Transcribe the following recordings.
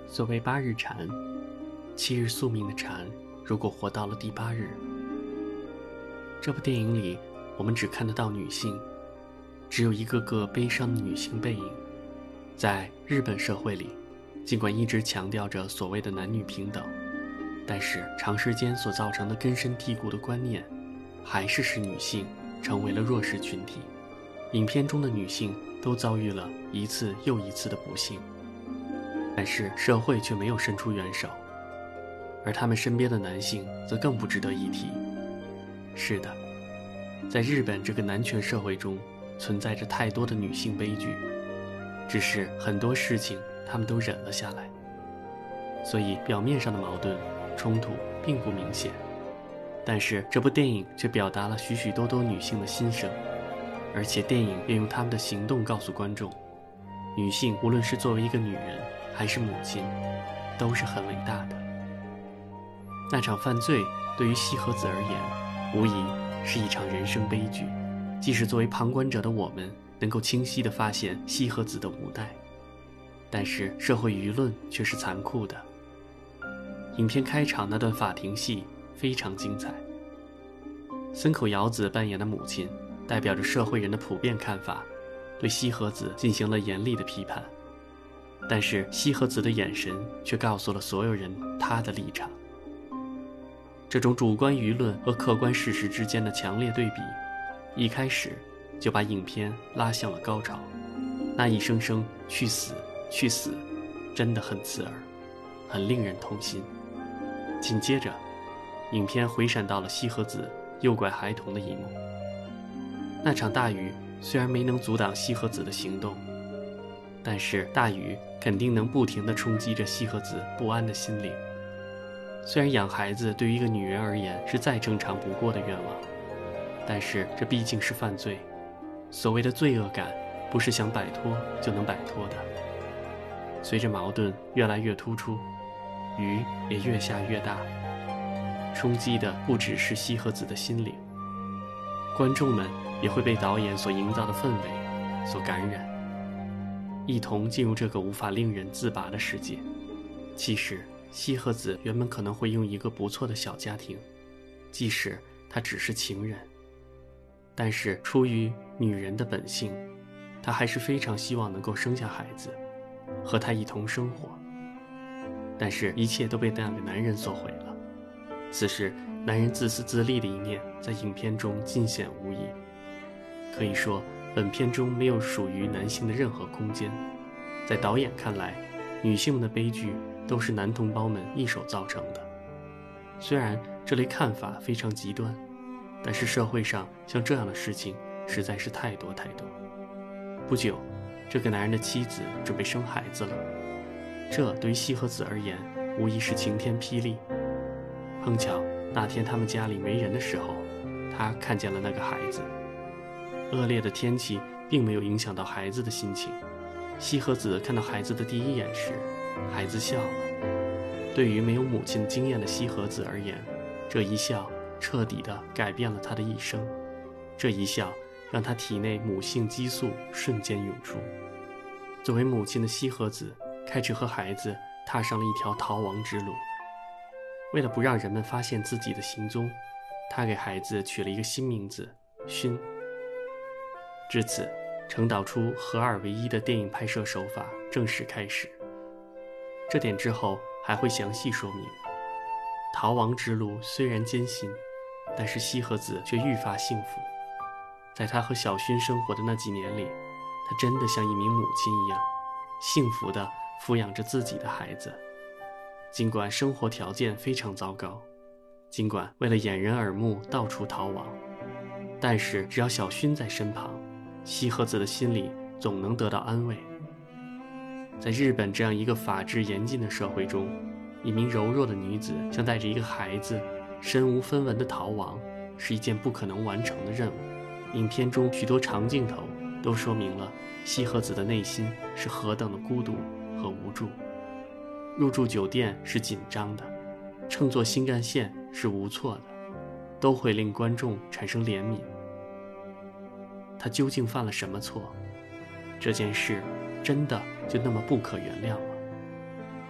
所谓8日蝉，7日宿命的蝉，如果活到了第8日。这部电影里，我们只看得到女性，只有一个个悲伤的女性背影。在日本社会里，尽管一直强调着所谓的男女平等，但是长时间所造成的根深蒂固的观念，还是使女性成为了弱势群体。影片中的女性都遭遇了一次又一次的不幸，但是社会却没有伸出援手，而他们身边的男性则更不值得一提。是的，在日本这个男权社会中，存在着太多的女性悲剧，只是很多事情他们都忍了下来，所以表面上的矛盾冲突并不明显，但是这部电影却表达了许许多多女性的心声，而且电影也用他们的行动告诉观众，女性无论是作为一个女人还是母亲，都是很伟大的。那场犯罪对于西河子而言，无疑是一场人生悲剧，即使作为旁观者的我们能够清晰地发现西河子的无奈，但是社会舆论却是残酷的。影片开场那段法庭戏非常精彩，森口遥子扮演的母亲代表着社会人的普遍看法，对西河子进行了严厉的批判，但是西河子的眼神却告诉了所有人他的立场。这种主观舆论和客观事实之间的强烈对比，一开始就把影片拉向了高潮。那一声声去死去死真的很刺耳，很令人痛心。紧接着影片回闪到了西河子诱拐孩童的一幕。那场大雨虽然没能阻挡西河子的行动，但是大雨肯定能不停地冲击着西河子不安的心灵。虽然养孩子对于一个女人而言是再正常不过的愿望，但是这毕竟是犯罪，所谓的罪恶感不是想摆脱就能摆脱的。随着矛盾越来越突出，雨也越下越大，冲击的不只是西河子的心灵，观众们也会被导演所营造的氛围所感染，一同进入这个无法令人自拔的世界。其实西河子原本可能会用一个不错的小家庭，即使她只是情人，但是出于女人的本性，她还是非常希望能够生下孩子，和他一同生活。但是一切都被那个男人所毁了。此时男人自私自利的一面在影片中尽显无疑，可以说本片中没有属于男性的任何空间。在导演看来，女性们的悲剧都是男同胞们一手造成的。虽然这类看法非常极端，但是社会上像这样的事情实在是太多太多。不久，这个男人的妻子准备生孩子了，这对于西河子而言无疑是晴天霹雳。碰巧那天他们家里没人的时候，他看见了那个孩子。恶劣的天气并没有影响到孩子的心情。西河子看到孩子的第一眼时，孩子笑了。对于没有母亲经验的西河子而言，这一笑彻底地改变了他的一生。这一笑让他体内母性激素瞬间涌出。作为母亲的西河子开始和孩子踏上了一条逃亡之路。为了不让人们发现自己的行踪，他给孩子取了一个新名字勋。至此，成导出合二为一的电影拍摄手法正式开始。这点之后还会详细说明。逃亡之路虽然艰辛，但是西河子却愈发幸福。在他和小勋生活的那几年里，他真的像一名母亲一样，幸福地抚养着自己的孩子。尽管生活条件非常糟糕，尽管为了掩人耳目到处逃亡，但是只要小勋在身旁，西河子的心里总能得到安慰。在日本这样一个法制严谨的社会中，一名柔弱的女子想带着一个孩子身无分文的逃亡，是一件不可能完成的任务。影片中许多长镜头都说明了西河子的内心是何等的孤独和无助。入住酒店是紧张的，乘坐新干线是无措的，都会令观众产生怜悯。他究竟犯了什么错？这件事真的就那么不可原谅吗？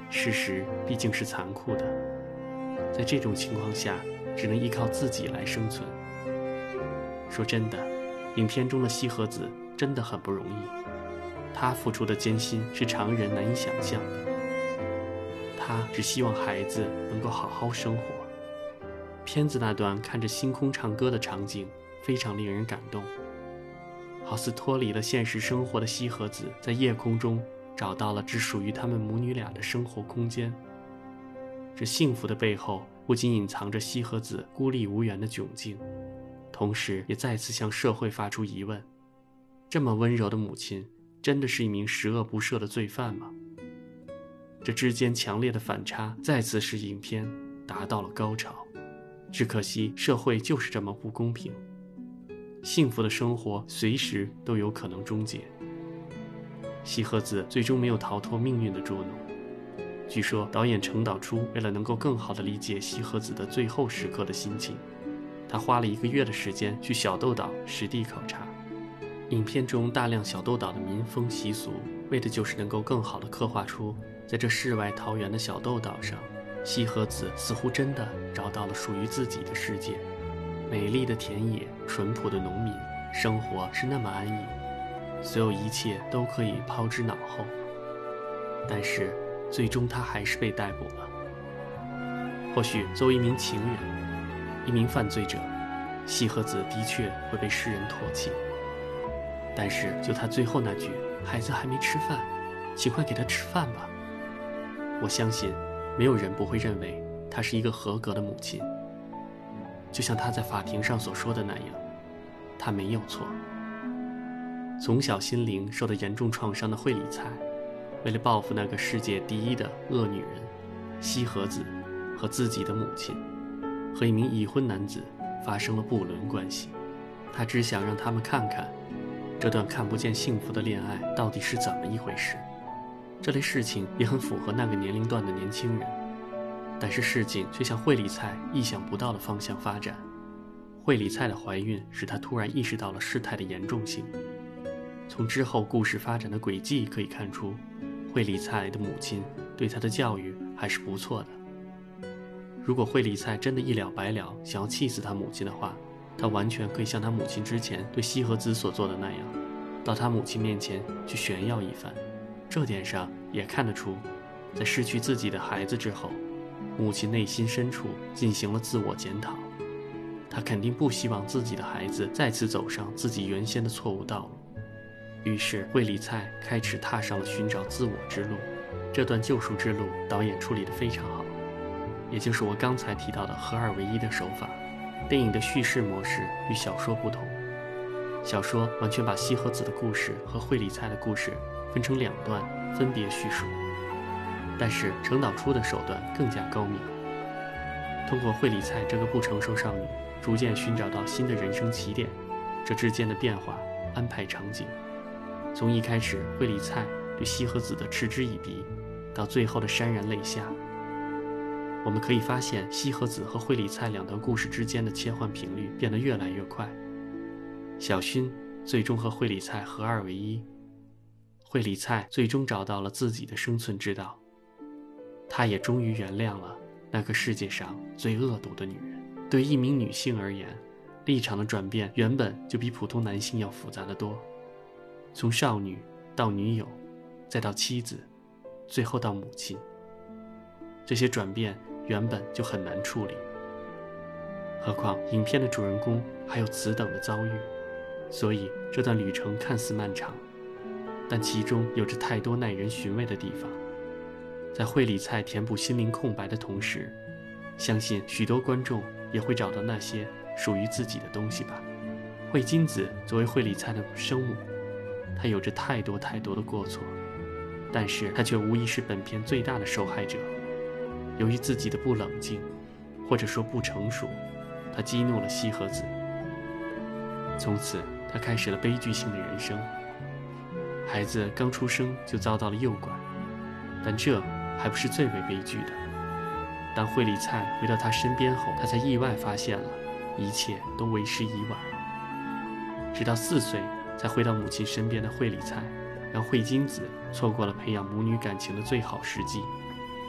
事实毕竟是残酷的，在这种情况下，只能依靠自己来生存。说真的，影片中的西河子真的很不容易，他付出的艰辛是常人难以想象的。他只希望孩子能够好好生活。片子那段看着星空唱歌的场景非常令人感动，好似脱离了现实生活的西河子在夜空中找到了只属于他们母女俩的生活空间。这幸福的背后不仅隐藏着西河子孤立无援的窘境，同时也再次向社会发出疑问：这么温柔的母亲真的是一名十恶不赦的罪犯吗？这之间强烈的反差再次使影片达到了高潮。只可惜社会就是这么不公平，幸福的生活随时都有可能终结。西河子最终没有逃脱命运的捉弄。据说导演程导初为了能够更好地理解西河子的最后时刻的心情，他花了1个月的时间去小豆岛实地考察。影片中大量小豆岛的民风习俗，为的就是能够更好地刻画出在这世外桃源的小豆岛上，西河子似乎真的找到了属于自己的世界。美丽的田野，淳朴的农民，生活是那么安逸，所有一切都可以抛之脑后。但是最终他还是被逮捕了。或许作为一名情人，一名犯罪者，西河子的确会被世人唾弃，但是就他最后那句孩子还没吃饭，请快给他吃饭吧，我相信没有人不会认为她是一个合格的母亲。就像她在法庭上所说的那样，她没有错。从小心灵受到严重创伤的惠理菜，为了报复那个世界第一的恶女人西河子和自己的母亲，和一名已婚男子发生了不伦关系。她只想让他们看看这段看不见幸福的恋爱到底是怎么一回事。这类事情也很符合那个年龄段的年轻人，但是事情却向惠理菜意想不到的方向发展。惠理菜的怀孕使她突然意识到了事态的严重性。从之后故事发展的轨迹可以看出，惠理菜的母亲对她的教育还是不错的。如果惠理菜真的一了百了想要气死她母亲的话，她完全可以像她母亲之前对西河子所做的那样，到她母亲面前去炫耀一番。这点上也看得出，在失去自己的孩子之后，母亲内心深处进行了自我检讨。她肯定不希望自己的孩子再次走上自己原先的错误道路。于是惠理菜开始踏上了寻找自我之路。这段救赎之路导演处理得非常好，也就是我刚才提到的合二为一的手法。电影的叙事模式与小说不同，小说完全把西河子的故事和惠理菜的故事分成2段分别叙述，但是程导初的手段更加高明，通过惠理菜这个不成熟少女逐渐寻找到新的人生起点，这之间的变化安排场景，从一开始惠理菜对西河子的嗤之以鼻，到最后的潸然泪下，我们可以发现西河子和惠理菜2段故事之间的切换频率变得越来越快。小薰最终和惠理菜合二为一，惠理菜最终找到了自己的生存之道，她也终于原谅了那个世界上最恶毒的女人。对于一名女性而言，立场的转变原本就比普通男性要复杂得多，从少女到女友，再到妻子，最后到母亲，这些转变原本就很难处理，何况影片的主人公还有此等的遭遇。所以这段旅程看似漫长，但其中有着太多耐人寻味的地方。在惠理菜填补心灵空白的同时，相信许多观众也会找到那些属于自己的东西吧。惠金子作为惠理菜的生母，她有着太多太多的过错，但是她却无疑是本片最大的受害者。由于自己的不冷静，或者说不成熟，她激怒了西河子，从此她开始了悲剧性的人生。孩子刚出生就遭到了诱拐，但这还不是最为悲剧的。当惠理菜回到他身边后，他才意外发现了一切都为时已晚。直到4岁才回到母亲身边的惠理菜，让惠金子错过了培养母女感情的最好时机。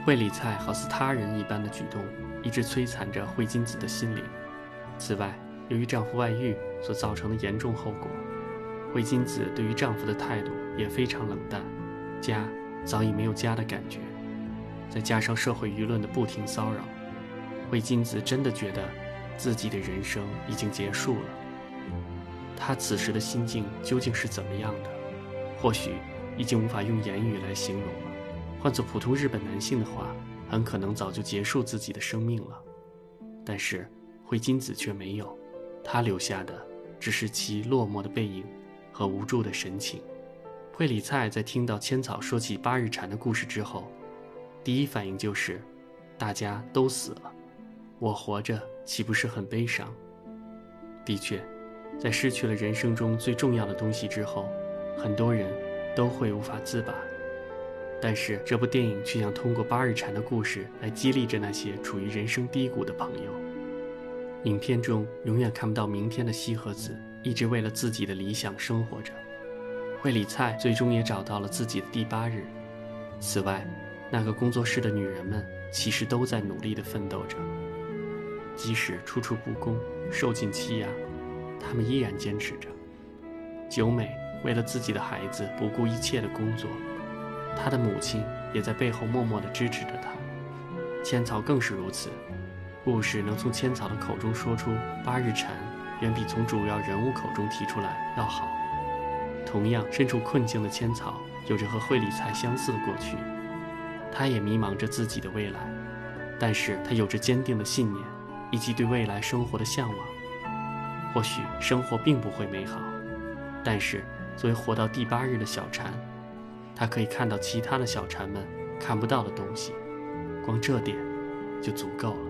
惠理菜好似他人一般的举动，一直摧残着惠金子的心灵。此外，由于丈夫外遇所造成的严重后果，惠金子对于丈夫的态度也非常冷淡，家早已没有家的感觉。再加上社会舆论的不停骚扰，惠金子真的觉得自己的人生已经结束了。她此时的心境究竟是怎么样的，或许已经无法用言语来形容了。换做普通日本男性的话，很可能早就结束自己的生命了。但是惠金子却没有，她留下的只是其落寞的背影和无助的神情。惠理菜在听到千草说起八日禅的故事之后，第一反应就是大家都死了，我活着岂不是很悲伤？的确，在失去了人生中最重要的东西之后，很多人都会无法自拔。但是这部电影却想通过八日禅的故事来激励着那些处于人生低谷的朋友。影片中永远看不到明天的西和子一直为了自己的理想生活着，惠理菜最终也找到了自己的第8日。此外，那个工作室的女人们其实都在努力地奋斗着，即使处处不公，受尽欺压，她们依然坚持着。久美为了自己的孩子不顾一切的工作，她的母亲也在背后默默地支持着她。千草更是如此，故事能从千草的口中说出八日禅，远比从主要人物口中提出来要好。同样身处困境的千草有着和惠理菜相似的过去，她也迷茫着自己的未来，但是她有着坚定的信念以及对未来生活的向往。或许生活并不会美好，但是作为活到第8日的小禅，她可以看到其他的小禅们看不到的东西，光这点就足够了。